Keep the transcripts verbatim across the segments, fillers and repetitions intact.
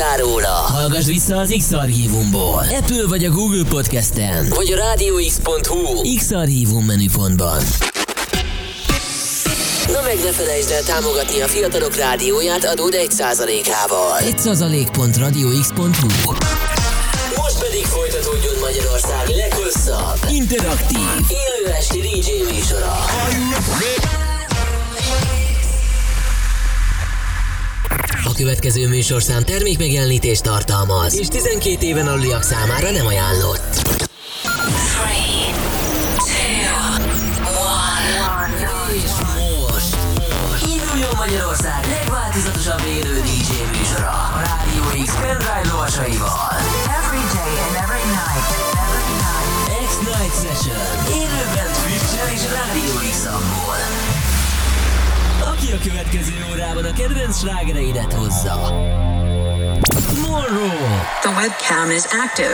hallottál róla, hallgass vissza az X-Archívumból. Apple vagy a Google Podcasten, vagy a rádió x pont hu X-Archívum menüpontban. Na meg ne felejtsd el támogatni a Fiatalok Rádióját adód egy százalékával. egy százalék pont rádió x pont hu. Most pedig folytatódjon Magyarország leghosszabb, interaktív, élő esti dé dzsé műsora. A következő műsorszám termékmegjelenítést tartalmaz, és tizenkét éven aluliak számára nem ajánlott. három, kettő, egy. És most induljon Magyarország legváltozatosabb élő dé dzsé műsora a Rádió X pendrive lovasaival. Every day and every night, every night. X-Night Session. Élőben Twitch-en és Rádió X-amból. Aki a következő órában a kedvenc slágereidet hozza. Monroe. The webcam is active.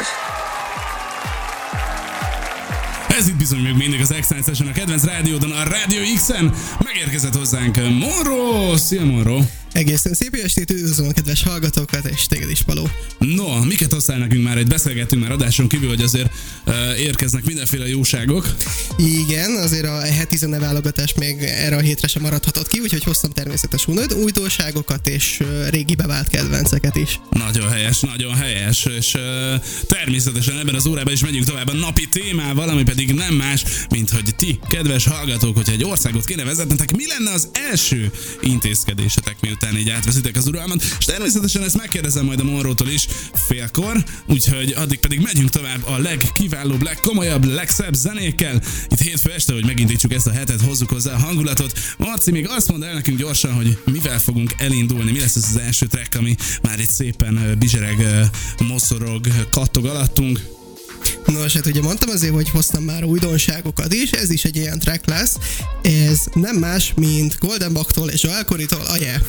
Ez itt bizony még mindig az X-Night Session, a kedvenc rádiódon, a Rádió X-en. Megérkezett hozzánk Monroe. Szia, Monroe! Egészen szép estét, üdvözlöm a kedves hallgatókat, és téged is, Paló. No, miket hoztál nekünk már? Egy beszélgettünk már adáson kívül, hogy azért uh, érkeznek mindenféle jóságok. Igen, azért a heti zeneválogatás még erre a hétre sem maradhatott ki, úgyhogy hoztam természetesen újdonságokat és uh, régi bevált kedvenceket is. Nagyon helyes, nagyon helyes, és uh, természetesen ebben az órában is megyünk tovább a napi témával, ami pedig nem más, mint hogy ti, kedves hallgatók, hogyha egy országot kéne vezetnetek, mi lenne az első intézkedésetek, miután így átveszitek az uralmat, és természetesen ezt megkérdezem majd a Monrótól is félkor, úgyhogy addig pedig megyünk tovább a legkiválóbb, legkomolyabb, legszebb zenékkel. Itt hétfő este, hogy megindítsuk ezt a hetet, hozzuk hozzá a hangulatot. Marci, még azt mondd el nekünk gyorsan, hogy mivel fogunk elindulni, mi lesz ez az első track, ami már itt szépen bizsereg, moszorog, kattog alattunk. Nos, hát ugye mondtam azért, hogy hoztam már újdonságokat is, ez is egy ilyen track lesz. Ez nem más, mint Golden Bucktól és Joel Corrytól a Yeah.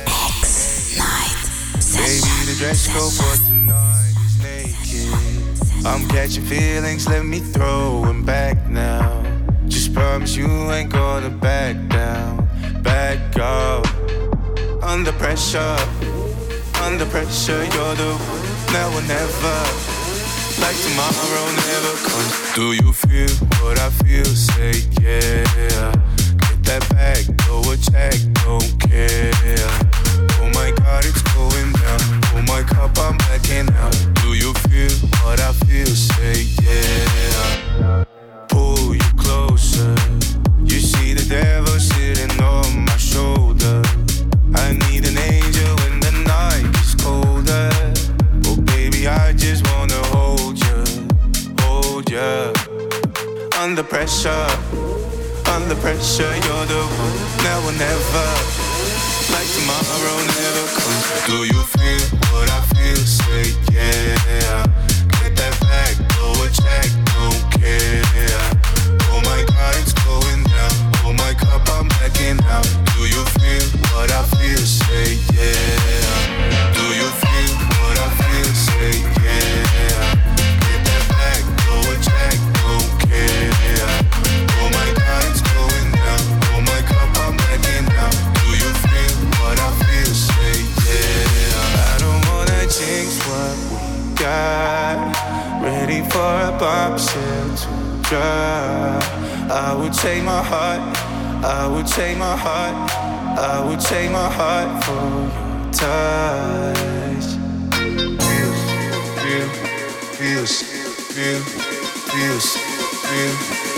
Baby, the dress code for tonight is naked. I'm catching feelings, let me throw them back now. Just promise you ain't gonna back down, back up. Under pressure, under pressure, you're the one, now or never. Like tomorrow never comes. Do you feel what I feel? Say yeah. Get that back, go a check, don't care. Oh my God, it's going down. Oh my cup, I'm backing out. Do you feel what I feel? Say yeah. Pull you closer. You see the devil sitting on my shoulder. I need an angel when the night is colder. Oh baby, I just wanna hold you, hold you. Under pressure, under pressure, you're the one, now or never. Like tomorrow never comes. Do you feel what I feel? Say yeah. Get that back, go a check, don't care. Oh my God, it's going down. Oh my cup, I'm backing out. Do you feel what I feel? Say yeah. Do you feel what I feel? Say yeah. Get that back, go a check, don't care. Oh my God, it's going down. Oh my cup, I'm backing out. Do you feel what I feel? Say yeah. I don't wanna jinx what we got. Ready for a bombshell to drop. I would take my heart, I would take my heart, I would take my heart for your touch. Feels, feels, feels, feels, feels, feels.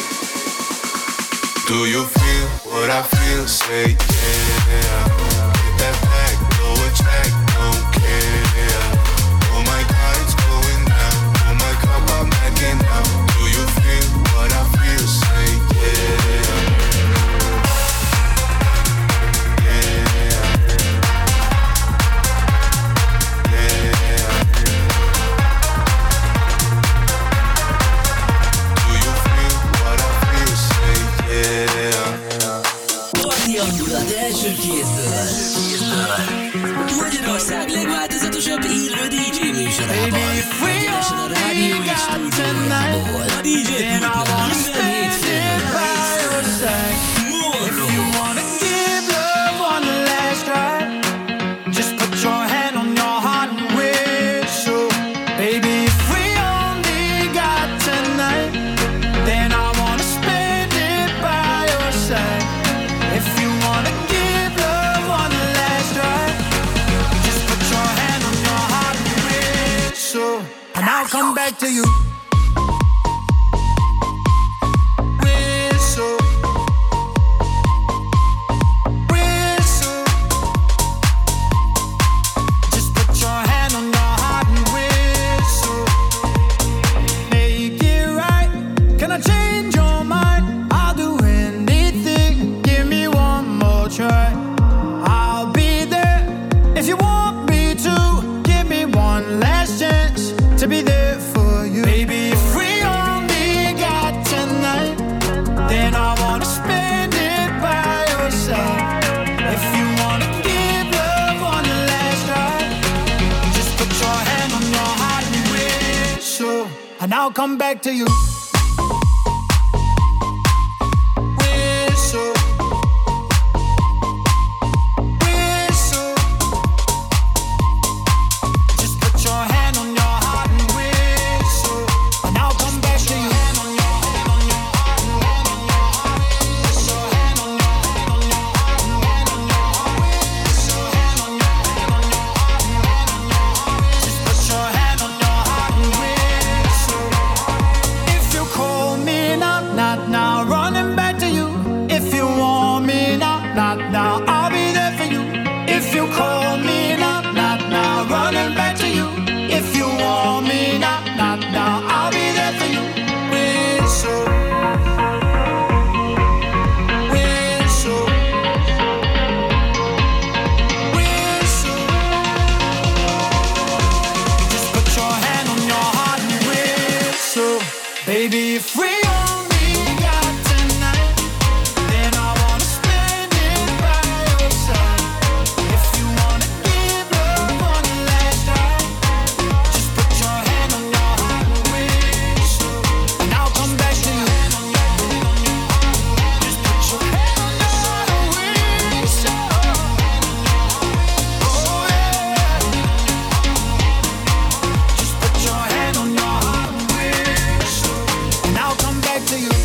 Do you feel what I feel? Say yeah. Get that back, go a check, don't care. Oh my God, it's going down. Oh my cup, I'm backing out. Do you feel what I feel? Say yeah. Első kézből. Magyarország legváltozatosabb élő dé dzsé műsorában. Egyenesen a Rádió X stúdiójából. A dé dzsé pultnál minden hétfőn. Monroe. Give love one last try. Just put your hand on your heart and we'll I'll come back to you. And I'll come back to you. Whistle, whistle. Just put your hand on your heart and whistle. And I'll come back to you. Hand on your hand on your heart and hand on your heart. Whistle, hand on your hand on your heart and hand on your heart. Whistle, hand on your hand on your heart and hand on your heart. Just put your hand on your heart and whistle. Call me now, not now, running back to you. If you want me now, not now, I'll be there for you. If you call me now, not now, running back to you. If you want me now, not now, I'll be there for you. Whistle, whistle, whistle. Just put your hand on your heart and whistle. Baby, if we only got tonight, then I wanna spend it by your side. If you wanna give love one last try, just put your hand on your heart and whistle. And I'll come back to you. Just put your hand on your heart and whistle. Oh yeah. Just put your hand on your heart and whistle. And I'll come back to you.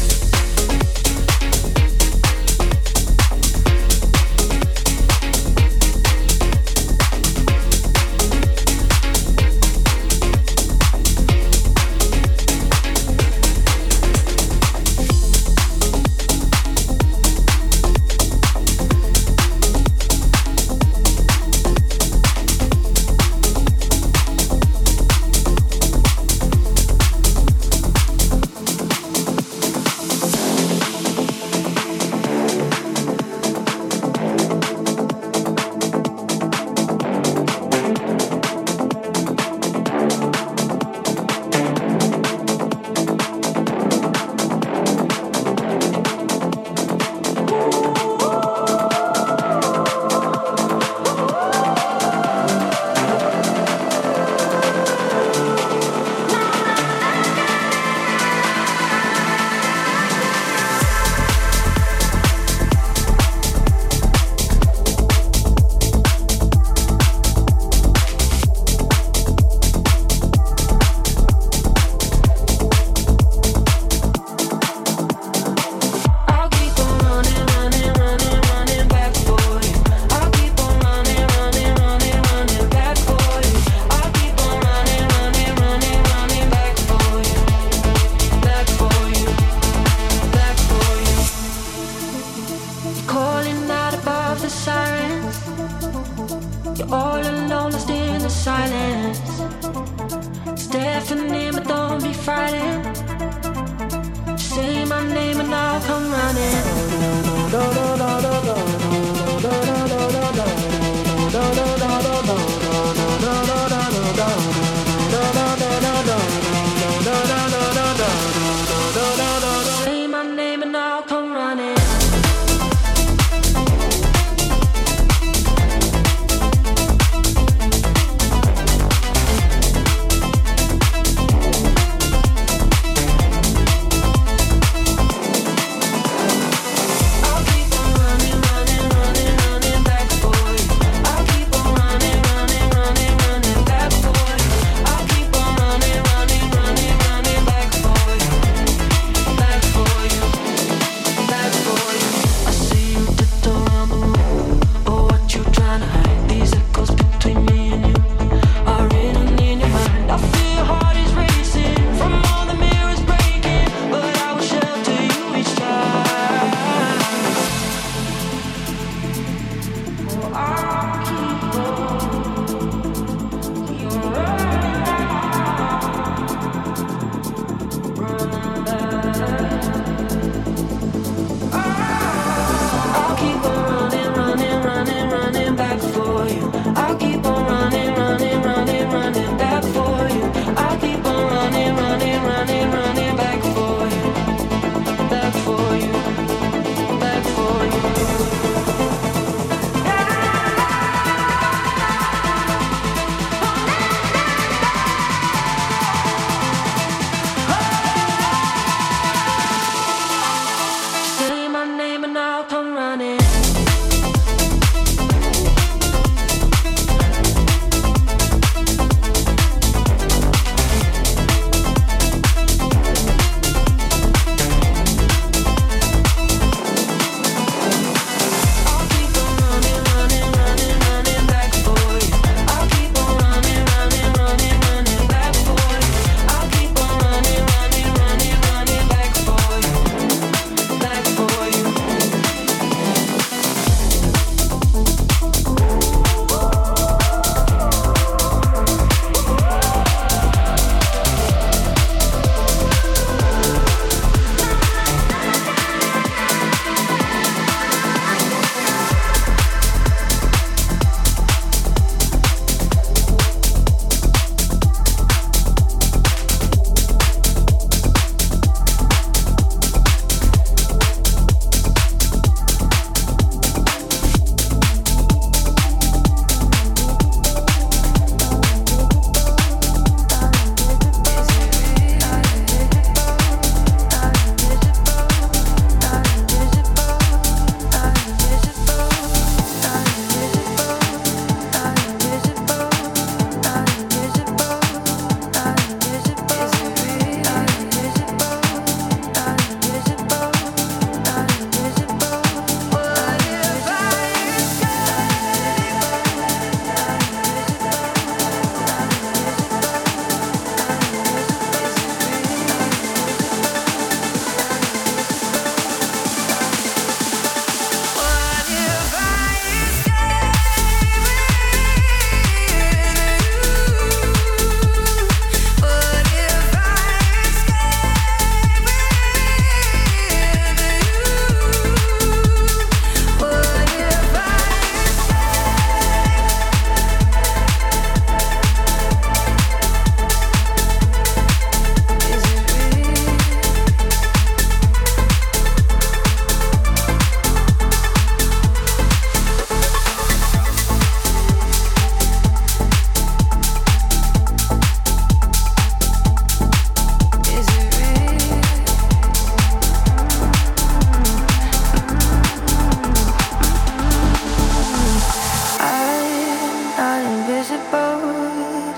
I'll keep on running.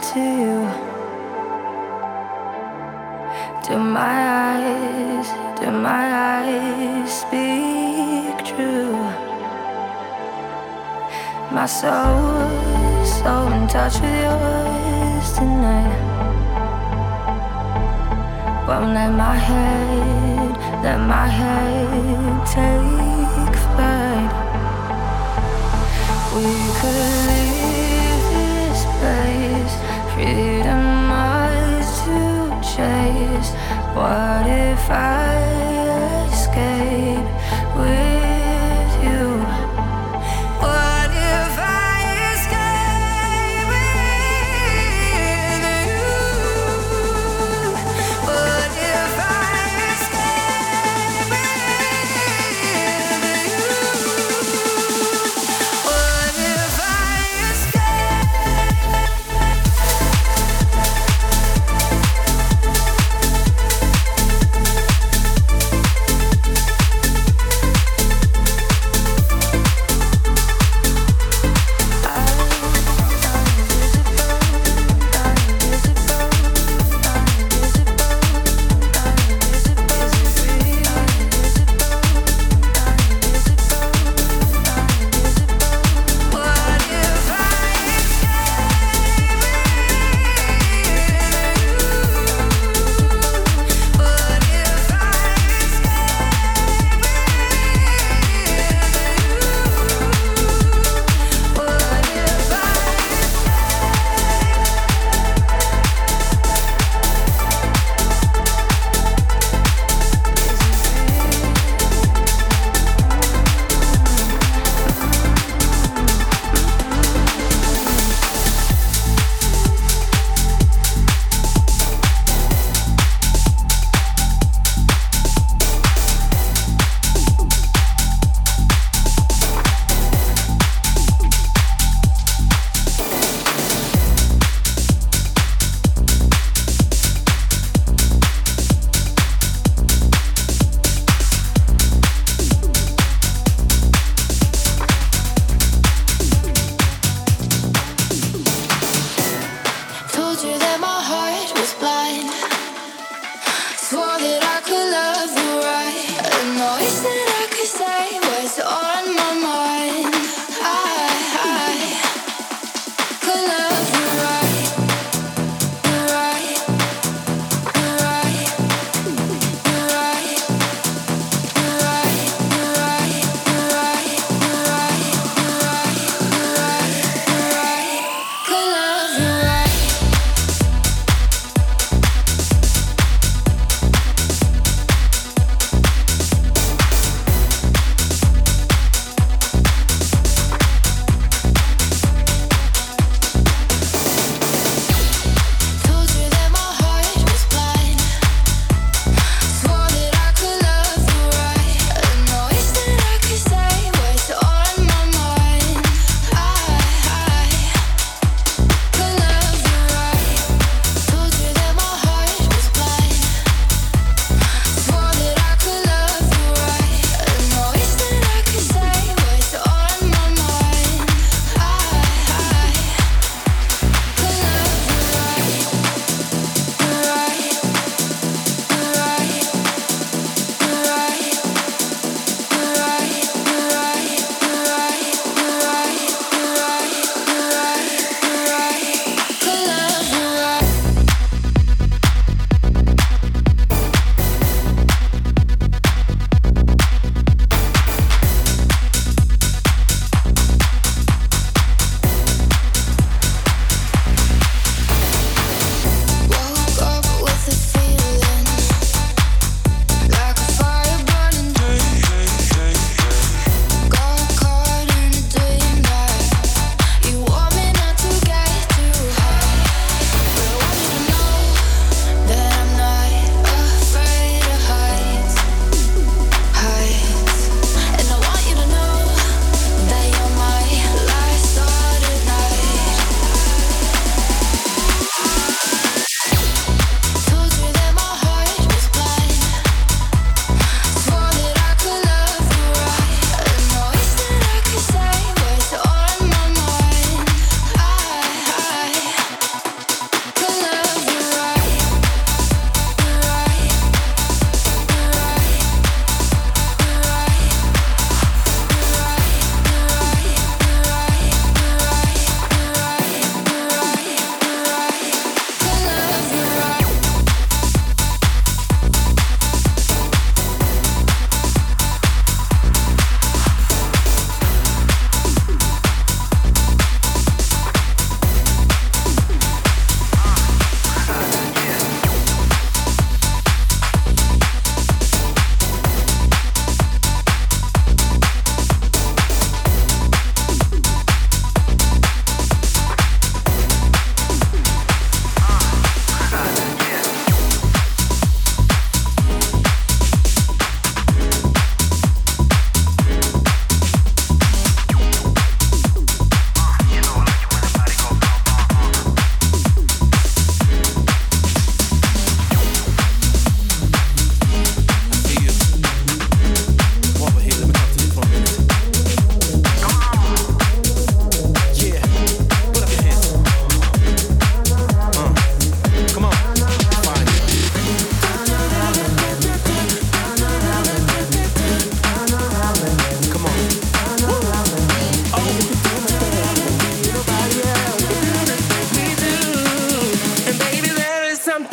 to you. Do my eyes, do my eyes speak true? My soul is so in touch with yours tonight. Won't let my head, let my head take flight. We could leave this place, freedom ours to chase. What if I escape with you? What if I escape with you? What if I escape with you? What if I escape?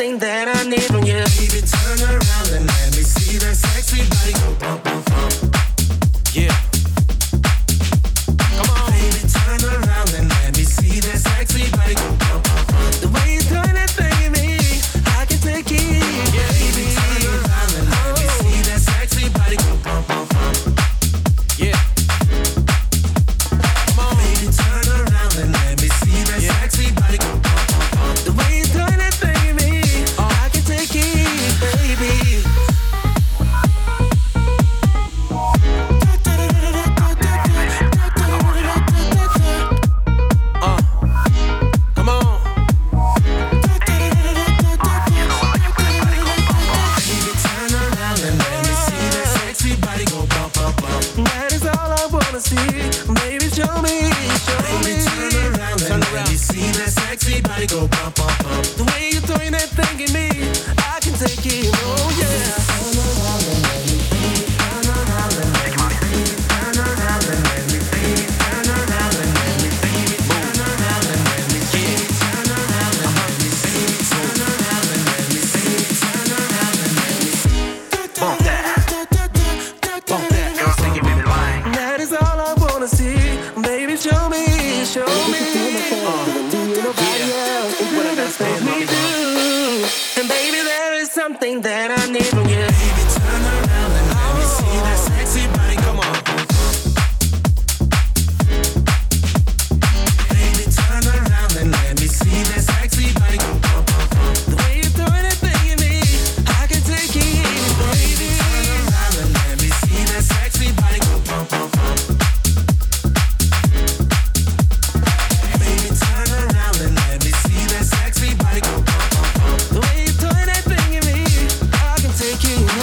something that I need from you. Baby, turn around and let me see that sexy body go bump, bump, bump. Yeah. Come on. Baby, turn around and let me see that sexy body go bump, bump, bump. The way you turn that thing in me, I can take it. Yeah, baby, turn around and let me see that sexy body go bump, bump, bump. Yeah. Come on. Baby, turn around and let me see that yeah. sexy body go bump, bump, bump. The way you turn that thing in me, oh. I can take it, baby. Go bump, bump, bump. The way you're throwing that thing in me, I can take it, oh yeah. Turn around and let me see, turn around and let me see, turn around and let me see, turn around and let me see, turn around and let me see, turn around and let me see, turn around and let me see, turn around and let me see. Bump that, bump that, girl, sing it, baby, line. That is all I wanna see, baby, show me, show me. Me do. And baby, there is something that I need from you. Baby, turn around and let me see that sexy body. Come on. Baby, turn around and let me see that sexy body. The way you throw that thing in me, I can take it, baby. Turn around and let me see that sexy body. Baby, turn around and let me see that sexy body. The way you throw that thing in me, I can take it.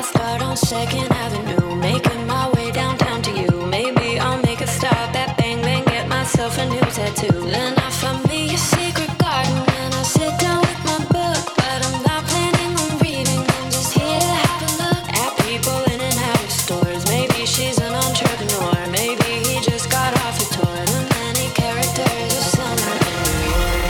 start on Second Avenue, making my way downtown to you. Maybe I'll make a stop at Bang Bang, get myself a new tattoo. Then I find me a secret garden and I sit down with my book. But I'm not planning on reading, I'm just here to have a look at people in and out of stores. Maybe she's an entrepreneur, maybe he just got off a tour. The many characters of summer in New York.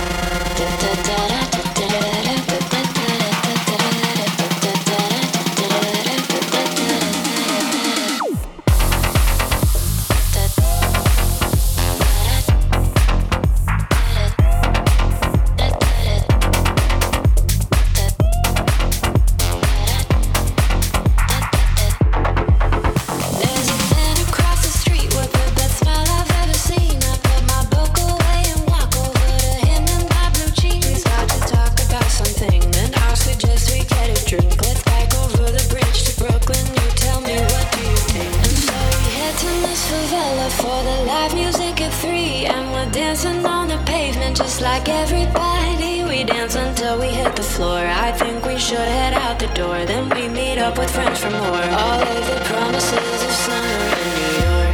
There's a man across the street with the best smile I've ever seen. I put my book away and walk over to him in my blue jeans. We start to talk about something, then I'll suggest we get a drink. Let's bike over the bridge to Brooklyn. You tell me, what do you think? And so we head to Miss Favela for the live music at three, and we're dancing on the pavement just like everybody. We dance until we hit the floor. I think we should head out the door. Then we meet up with friends for more. All of the promises of summer in New York.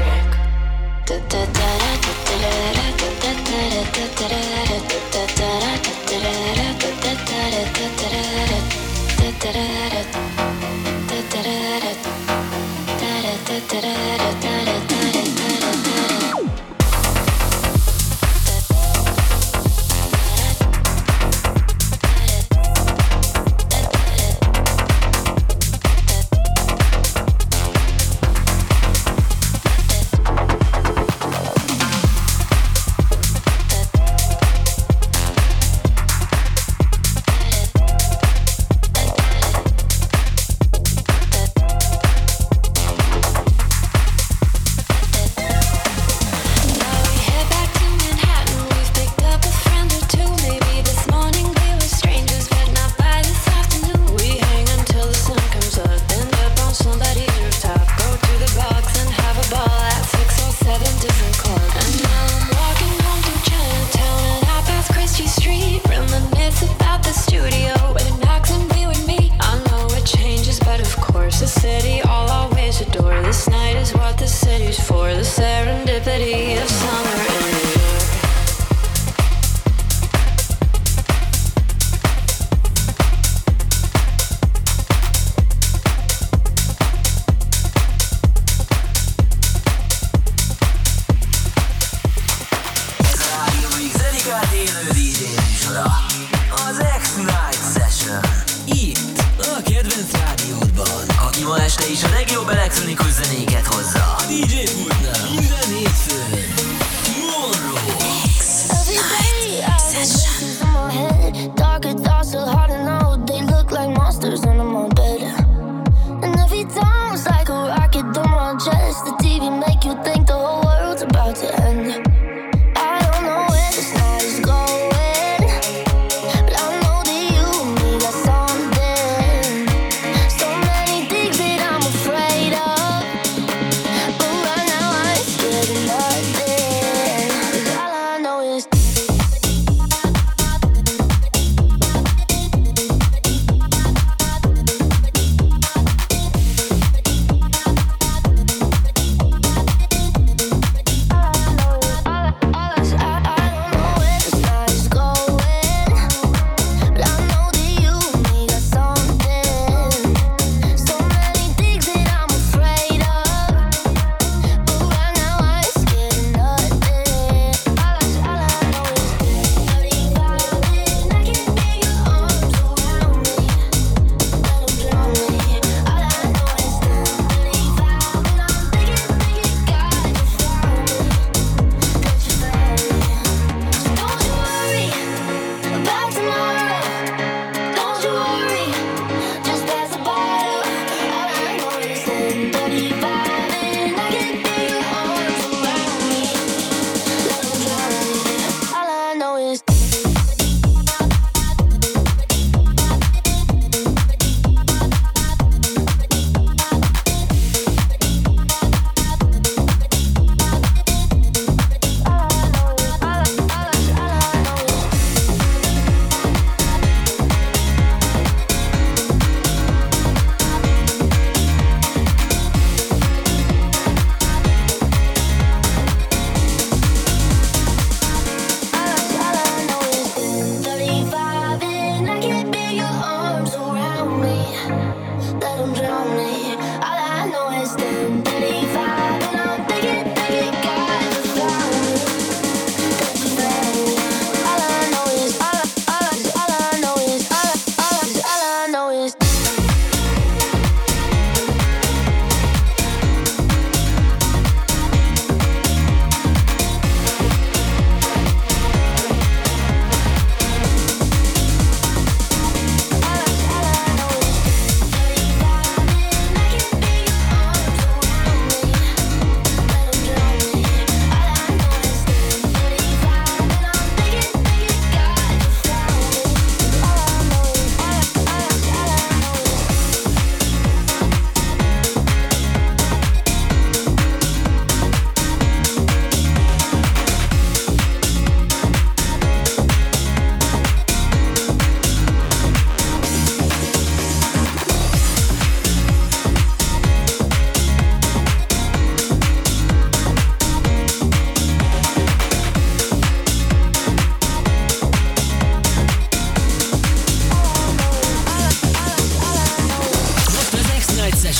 Now we head back to Manhattan. We've picked up a friend or two. Maybe this morning we were strangers, but not by this afternoon. We hang until the sun comes up, end up on somebody's rooftop. Go to the box and have a ball at six or seven different clubs. And now I'm walking home through Chinatown and I pass Christie Street, reminisce about the studio where Knox and be with me. I know it changes, but of course the city I'll always adore. This night is what the city's for, the serendipity of summer in New York. Ez a Rádió X dedikált élő dé dzsé műsora, az X-Night Session. Itt, a kedvenc rádiódban, aki ma este is a legjobb elektronikus zenéket hozza. A dé dzsé pultnál minden hétfőn Monroe. Every day I have voices in my head, darker thoughts so hard to know. They look like monsters when I'm on bed. And every time it's like a rocket through my chest. The T V make you think the whole world's about to end. I don't know where this night is going, but I know that you and me got something. So many things that I'm afraid of, but right now I ain't scared of nothing. 'Cause all I know is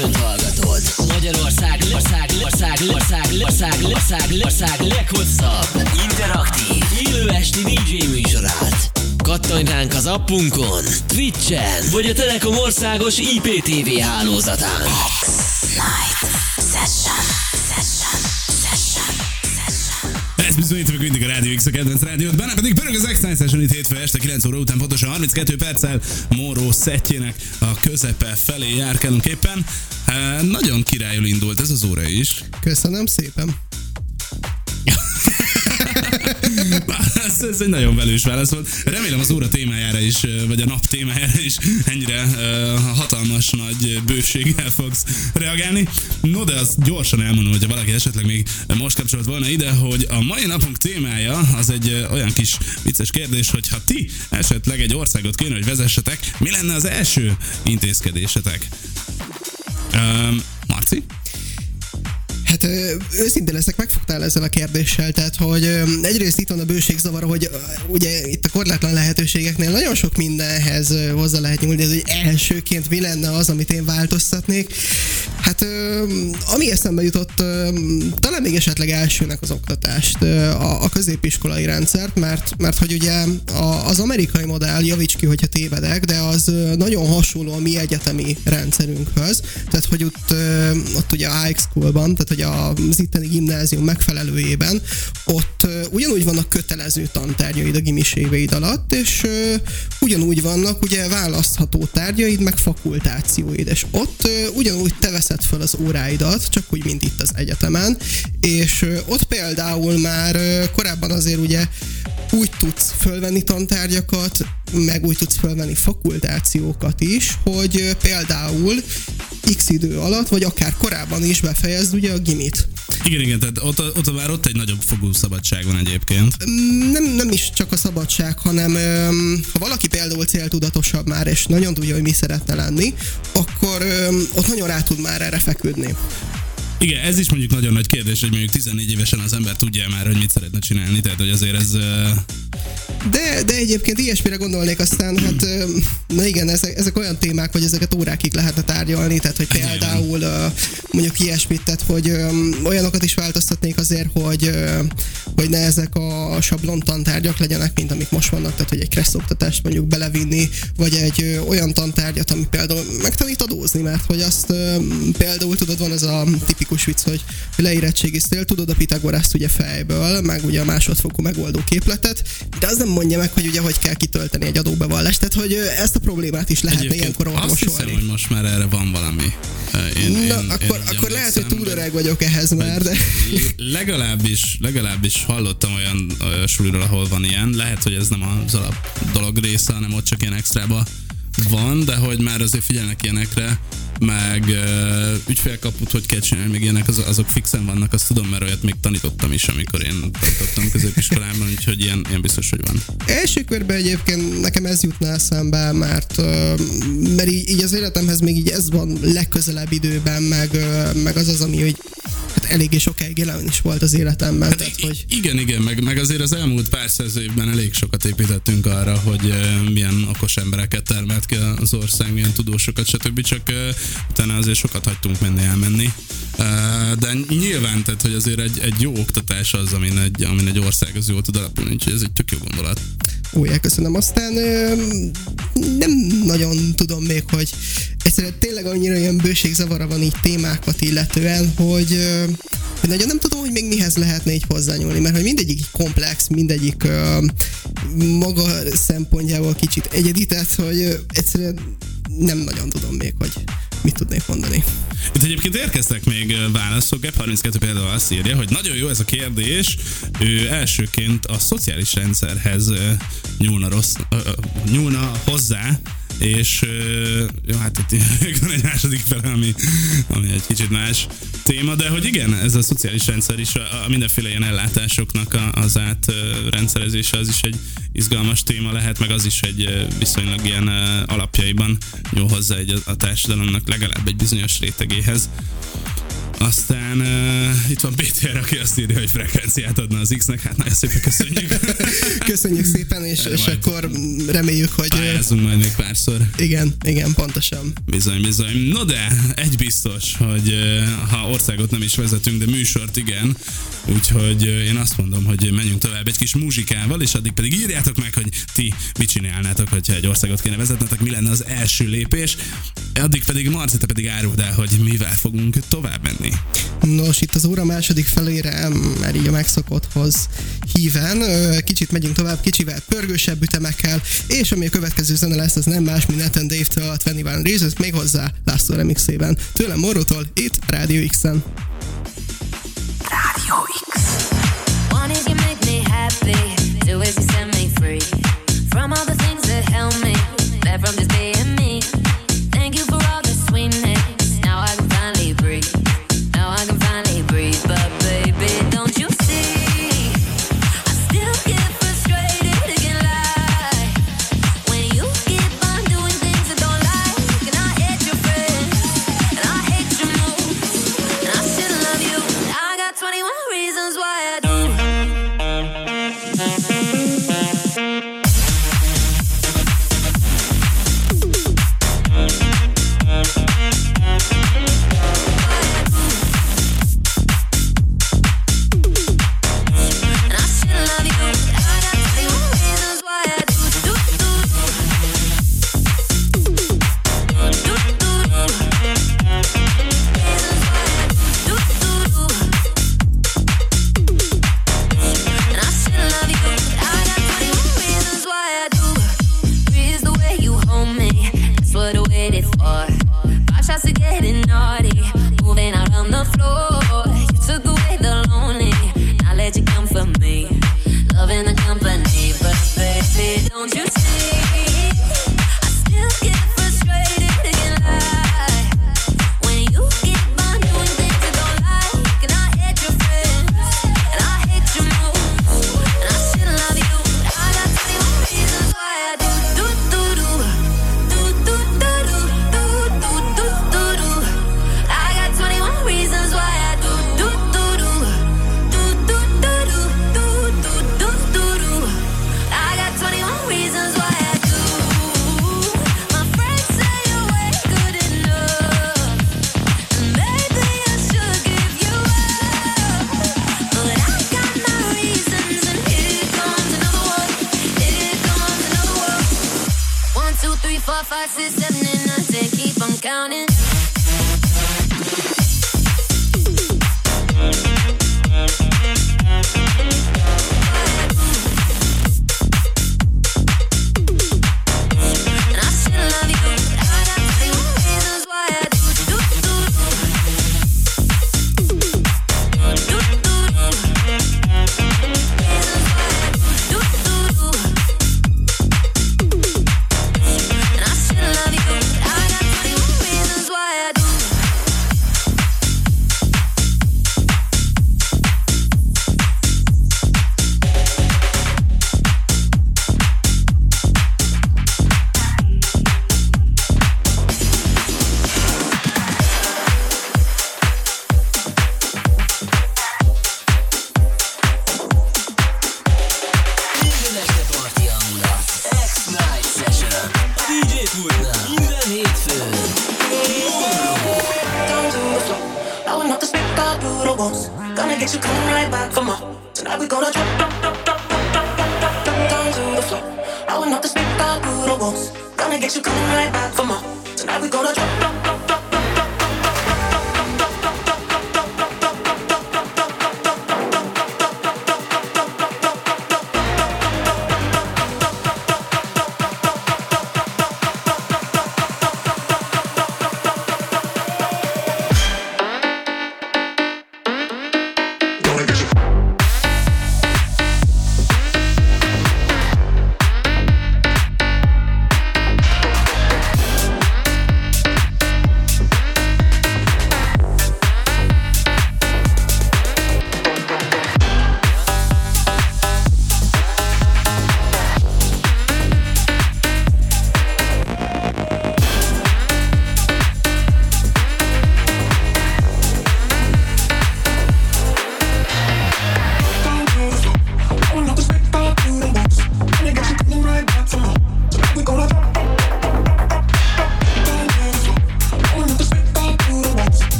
Station-t hallgatod. Magyarország, ország, ország, ország, ország, ország, ország leghosszabb, interaktív, élő esti dé dzsé műsorát. Kattanj ránk az appunkon, Twitchen, vagy a Telekom országos i pé té vé hálózatán. X-Night Session, Session, Session, Session. Ez bizonyít meg mindig a Rádió X, a kedvenc rádiót, benne pedig pörög az X-Night Session itt hétfő este kilenc óra után, pontosan harminckettő perccel Moró szettjének a közepe felé járkálunk éppen. Hát, nagyon királyul indult ez az óra is. Köszönöm szépen. ez, ez egy nagyon velős válasz volt. Remélem az óra témájára is, vagy a nap témájára is ennyire uh, hatalmas nagy bőséggel fogsz reagálni. No, de azt gyorsan elmondom, hogyha valaki esetleg még most kapcsolt volna ide, hogy a mai napunk témája az egy uh, olyan kis vicces kérdés, hogy ha ti esetleg egy országot kéne, hogy vezessetek, mi lenne az első intézkedésetek? Um, Marci? Hát ö, őszintén leszek, megfogtál ezzel a kérdéssel, tehát hogy ö, egyrészt itt van a bőségzavar, hogy ö, ugye itt a korlátlan lehetőségeknél nagyon sok mindenhez ö, hozzá lehet nyúlni, ez, hogy elsőként mi lenne az, amit én változtatnék. Hát ö, ami eszembe jutott, ö, talán még esetleg elsőnek az oktatást, ö, a, a középiskolai rendszert, mert, mert hogy ugye a, az amerikai modell, javíts ki, hogyha tévedek, de az ö, nagyon hasonló a mi egyetemi rendszerünkhöz, tehát hogy ott, ö, ott ugye a high schoolban, tehát hogy az itteni gimnázium megfelelőjében, ott uh, ugyanúgy vannak kötelező tantárgyaid a gimis éveid alatt, és uh, ugyanúgy vannak ugye választható tárgyaid, meg fakultációid, és ott uh, ugyanúgy te veszed fel az óráidat, csak úgy, mint itt az egyetemen, és uh, ott például már uh, korábban azért ugye úgy tudsz fölvenni tantárgyakat, meg úgy tudsz fölvenni fakultációkat is, hogy uh, például X idő alatt, vagy akár korábban is befejezd ugye a gimit. Igen, igen, tehát ott, ott már ott egy nagyobb fogú szabadság van egyébként. Nem, nem is csak a szabadság, hanem öm, ha valaki például céltudatosabb már, és nagyon tudja, hogy mi szeretne lenni, akkor öm, ott nagyon rá tud már erre feküdni. Igen, ez is mondjuk nagyon nagy kérdés, hogy mondjuk tizennégy évesen az ember tudja már, hogy mit szeretne csinálni, tehát hogy azért ez... De, de egyébként ilyesmire gondolnék aztán, hát na igen, ezek, ezek olyan témák, hogy ezeket órákig lehetne tárgyalni, tehát hogy például mondjuk ilyesmit, tehát hogy olyanokat is változtatnék azért, hogy, hogy ne ezek a sablon tantárgyak legyenek, mint amik most vannak, tehát hogy egy kressz oktatást mondjuk belevinni, vagy egy olyan tantárgyat, ami például megtanít adózni, mert hogy azt például tudod, van ez a tipikus vicc, hogy leérettségiztél, tudod a Pitagorászt ugye fejből, meg ugye a másodfokú megoldó képletet, de az nem mondja meg, hogy ugye hogy kell kitölteni egy adóbevallást, tehát hogy ezt a problémát is lehetne egyébként ilyenkor orvosolni. Azt hiszem, hogy most már erre van valami. Én, Na, én, akkor, én akkor lehet, hogy túl öreg vagyok ehhez már, de... Legalábbis, legalábbis hallottam olyan, olyan suliról, ahol van ilyen. Lehet, hogy ez nem az alap dolog része, hanem ott csak ilyen extrába van, de hogy már azért figyelnek ilyenekre, meg uh, ügyfélkaput, hogy kell csinálni, még ilyenek, az, azok fixen vannak, azt tudom, mert olyat még tanítottam is, amikor én tanítottam középiskolában, úgyhogy ilyen, ilyen biztos, hogy van. Első körben egyébként nekem ez jutna eszembe, mert, uh, mert így, így az életemhez még így ez van legközelebb időben, meg, uh, meg az az, ami hogy hát eléggé sokáig jelen is volt az életemben. Hát tehát, i- hogy... Igen, igen, meg, meg azért az elmúlt pár száz évben elég sokat építettünk arra, hogy uh, milyen okos embereket termelt ki az ország, milyen tudósokat, stb. Csak uh, utána azért sokat hagytunk menni, elmenni. Uh, de nyilván, tehát, hogy azért egy, egy jó oktatás az, amin egy, amin egy ország az jól tud alapulni, úgyhogy ez egy tök jó gondolat. Ó, köszönöm. Aztán ö, nem nagyon tudom még, hogy egyszerűen tényleg annyira ilyen bőségzavara van így témákat illetően, hogy, ö, hogy nagyon nem tudom, hogy még mihez lehetne így hozzányúlni, mert hogy mindegyik komplex, mindegyik ö, maga szempontjából kicsit egyedi, tehát hogy ö, egyszerűen nem nagyon tudom még, hogy mit tudnék mondani. Itt egyébként érkeztek még válaszok, Gep harminckettő például azt írja, hogy nagyon jó ez a kérdés, ő elsőként a szociális rendszerhez nyúlna, rossz, nyúlna hozzá, és jó, hát itt van egy második fele, ami, ami egy kicsit más téma, de hogy igen, ez a szociális rendszer is, a, a mindenféle ilyen ellátásoknak a, az átrendszerezése, az is egy izgalmas téma lehet, meg az is egy viszonylag ilyen alapjaiban nyúl hozzá egy, a társadalomnak legalább egy bizonyos rétegéhez. Aztán uh, itt van Péter, aki azt írja, hogy frekvenciát adna az X-nek, hát nagyon szépen köszönjük. Köszönjük szépen, és, és akkor reméljük, hogy... Pályázunk majd még párszor. Igen, igen, pontosan. Bizony, bizony. No de, egy biztos, hogy uh, ha országot nem is vezetünk, de műsort igen, úgyhogy uh, én azt mondom, hogy menjünk tovább egy kis muzsikával, és addig pedig írjátok meg, hogy ti mit csinálnátok, hogyha egy országot kéne vezetnetek, mi lenne az első lépés. Addig pedig Marci, te pedig áruld el, hogy mivel fogunk tovább menni. Nos, itt az óra második felére, már így a megszokotthoz híven, kicsit megyünk tovább, kicsivel pörgősebb ütemekkel, és ami a következő zene lesz, az nem más, mint Nathan Dave-től a huszonegyben Reasons, méghozzá László remixében. Tőlem Morrótól, itt Rádió X-en. Radio X. One is you make me happy, two is you set me free from all the things that held me back from just being me. Thank you for all the sweetness. Now I can finally breathe. Now I can finally breathe. But baby, don't you see? I still get frustrated, can't lie. When you keep on doing things I don't like, and I hate your friends, and I hate your moves, and I still love you. I got twenty-one reasons why I do.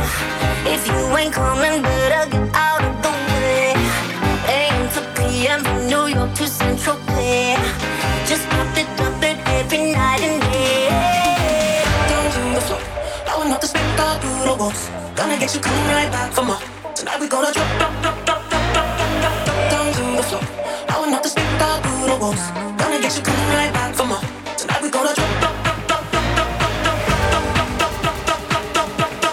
If you ain't coming, better get out of the way. A M to P M from New York to Central Pay. Just pop it, up it every night and day. Down to the floor, blowing up the speaker through the walls. Gonna get you coming right back for more. Tonight we gonna drop, drop, drop, drop, drop, drop, drop, drop down to the floor, blowing up the speaker through the walls. Gonna get you coming right back for more. Tonight we gonna drop, drop, drop, drop, drop, drop, drop, drop, drop, drop, drop, drop,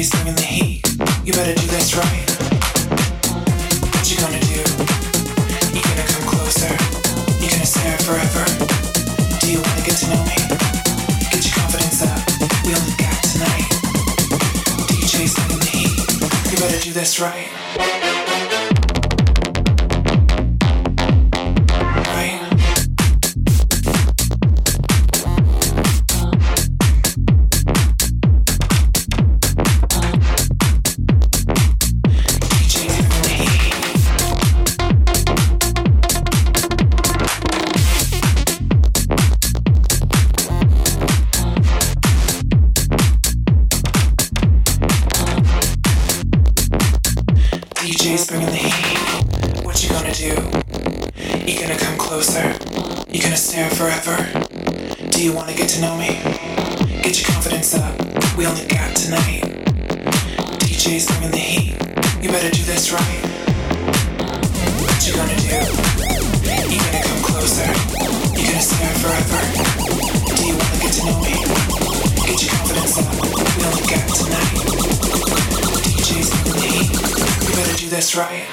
J's bringing the heat. You better do this right. What you gonna do? You gonna come closer? You gonna stare forever? Do you wanna get to know me? Get your confidence up. We only got tonight. D J's bringing the heat. You better do this right. D J's bringing the heat. What you gonna do? You gonna come closer? You gonna stare forever? Do you wanna get to know me? Get your confidence up. We only got tonight. D J's bringing the heat. You better do this right. What you gonna do? You gonna come closer? You gonna stare forever? Do you wanna get to know me? Get your confidence up. We only got tonight. D J's bringing the heat. You better do this right.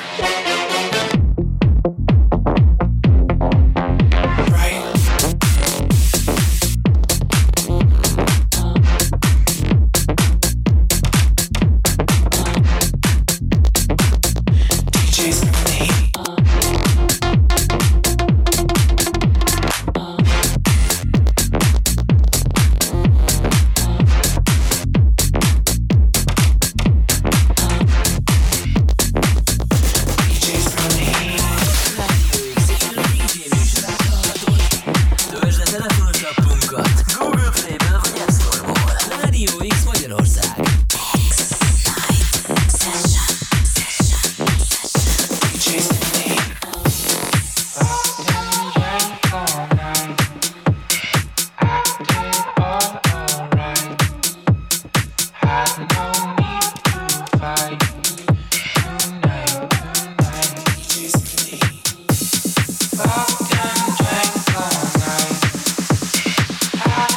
Fucked and drank all night.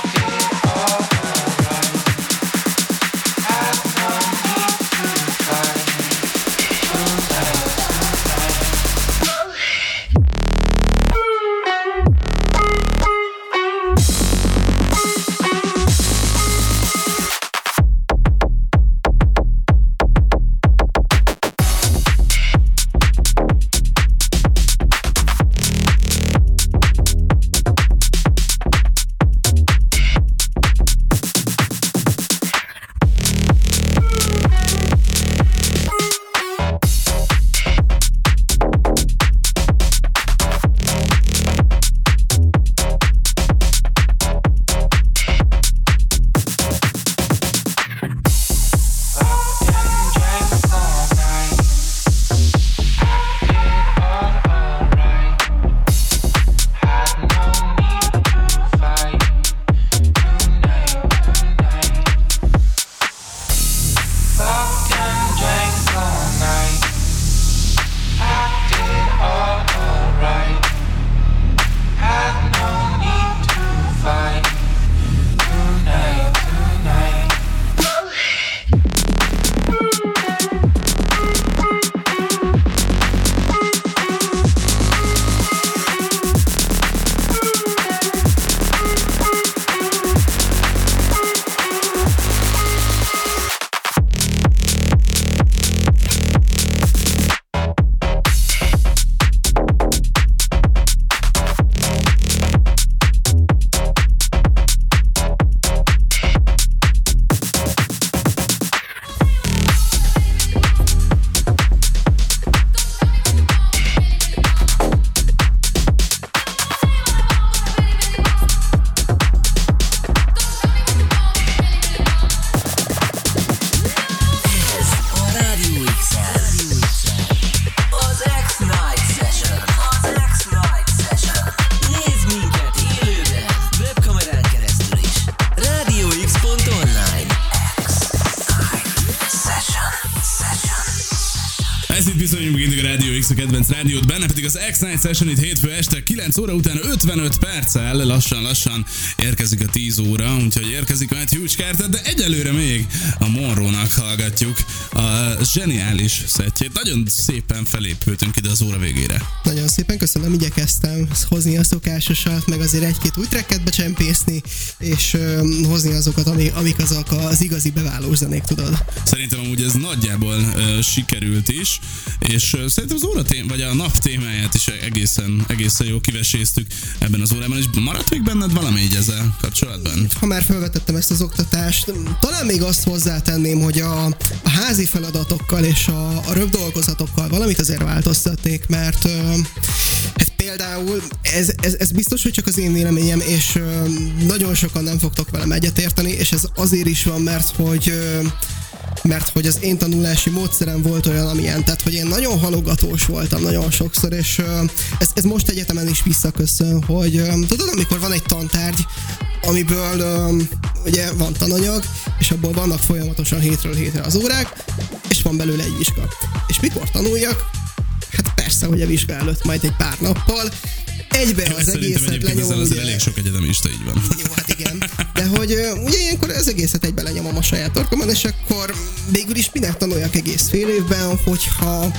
Bizonyunk mindig a Rádió X a kedvenc rádiót, benne pedig az X-Night Session itt hétfő este kilenc óra után ötvenöt perccel lassan-lassan érkezik a tíz óra, úgyhogy érkezik a Huge Carter, de egyelőre még a Monroe-nak hallgatjuk a zseniális szettjét. Nagyon szépen felépültünk ide az óra végére. Nagyon szépen köszönöm, igyekeztem hozni a szokásosat, meg azért egy-két új tracket becsempészni, és ö, hozni azokat, ami, amik azok az igazi beválós zenék, tudod. Szerintem amúgy ez nagyjából uh, sikerült is, és uh, szerintem az óra tém- vagy a nap témáját is egészen, egészen jó kiveséztük ebben az órában, és maradt még benned valami így ezzel kapcsolatban? Ha már felvetettem ezt az oktatást, talán még azt hozzátenném, hogy a, a házi feladatokkal és a, a röv dolgozatokkal valamit azért változtatnék, mert uh, hát például ez, ez, ez biztos, hogy csak az én véleményem, és uh, nagyon sokan nem fogtok velem egyetérteni, és ez azért is van, mert hogy uh, mert hogy az én tanulási módszerem volt olyan, amilyen, tehát hogy én nagyon halogatós voltam nagyon sokszor, és uh, ez, ez most egyetemen is visszaköszön, hogy um, tudod, amikor van egy tantárgy, amiből um, ugye van tananyag, és abból vannak folyamatosan hétről hétre az órák, és van belőle egy vizsga. És mikor tanuljak? Hát persze, hogy a vizsga előtt majd egy pár nappal, egybe az egészet lenyomom. Azért elég sok egyetemista így van. Jó, hát igen. De hogy ugye ilyenkor az egészet egybe lenyomom a saját torkomon, és akkor végül is minek tanuljak egész fél évben, hogyha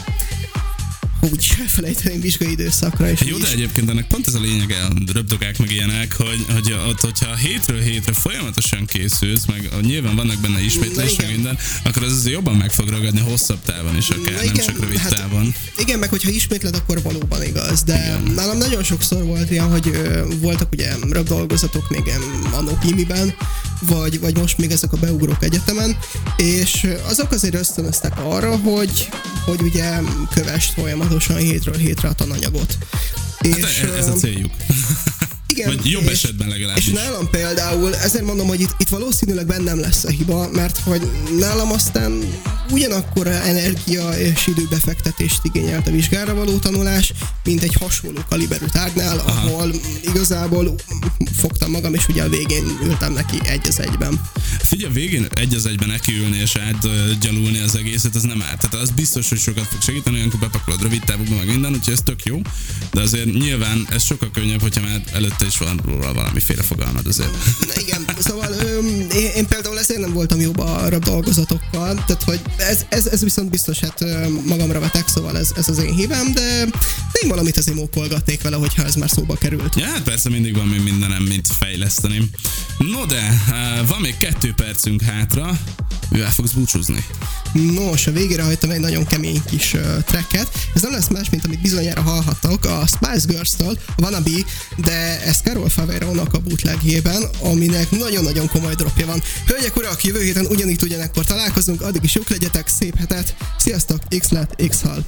úgy elfelejteném vizsgai időszakra. És jó, de egyébként ennek pont ez a lényege, a röpdogák meg ilyenek, hogy, hogy ott, hogyha hétről hétre folyamatosan készülsz, meg nyilván vannak benne ismétlés, meg minden, akkor az azért jobban meg fog ragadni hosszabb távon is akár, nem igen, csak rövid hát, távon. Igen, meg hogyha ismétled, akkor valóban igaz, de igen. Nálam nagyon sokszor volt ilyen, hogy ö, voltak ugye röpdolgozatok még annó gimiben, vagy, vagy most még ezek a beugrók egyetemen, és azok azért ösztönöztek arra, hogy, hogy ugye kövest folyamatosan hétről hétre a tananyagot. Hát és, ez a céljuk. Igen, vagy jobb és, esetben legalábbis. És nálam például, ezért mondom, hogy itt, itt valószínűleg bennem lesz a hiba, mert hogy nálam aztán ugyanakkor energia és időbefektetést igényelt a vizsgára való tanulás, mint egy hasonló kaliberű tárgynál, aha, ahol igazából fogtam magam, és ugye a végén ültem neki egy az egyben. Figyelj, a végén egy az egyben nekiülni és átgyalulni az egészet, az nem árt. Tehát az biztos, hogy sokat fog segíteni, olyankor bepakolod rövid távokban meg minden, úgyhogy ez tök jó, de azért nyilván ez sokkal könnyebb, hogyha már előtte is van róla valamiféle fogalmad azért. Igen, szóval öm, én, én például ezért nem voltam jobb a röp dolgozatokkal, tehát hogy ez, ez, ez viszont biztos, hát öm, magamra vetek, szóval ez, ez az én hibám, de én valamit azért mókolgatnék vele, hogyha ez már szóba került. Ja, hát persze mindig van még mindenem, mint fejleszteni. No de, van még kettő percünk hátra, mivel fogsz búcsúzni? Nos, a végére hagytam egy nagyon kemény kis uh, tracket. Ez nem lesz más, mint amit bizonyára hallhattok a Spice Girls-től, a Wannabe, de ez Carol Faverónak a bootlegjében, aminek nagyon-nagyon komoly dropja van. Hölgyek, urak, jövő héten ugyanitt ugyanekkor találkozunk, addig is jók legyetek, szép hetet, sziasztok, X-Lat, X-Hal.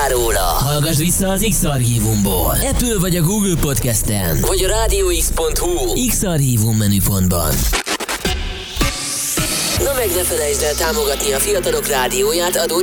hallottál róla? Hallgass vissza az X-Archívumból. Apple vagy a Google Podcasten, vagy a rádióx pont hu X-Archívum menüpontban. Na meg ne felejtsd el támogatni a Fiatalok Rádióját adó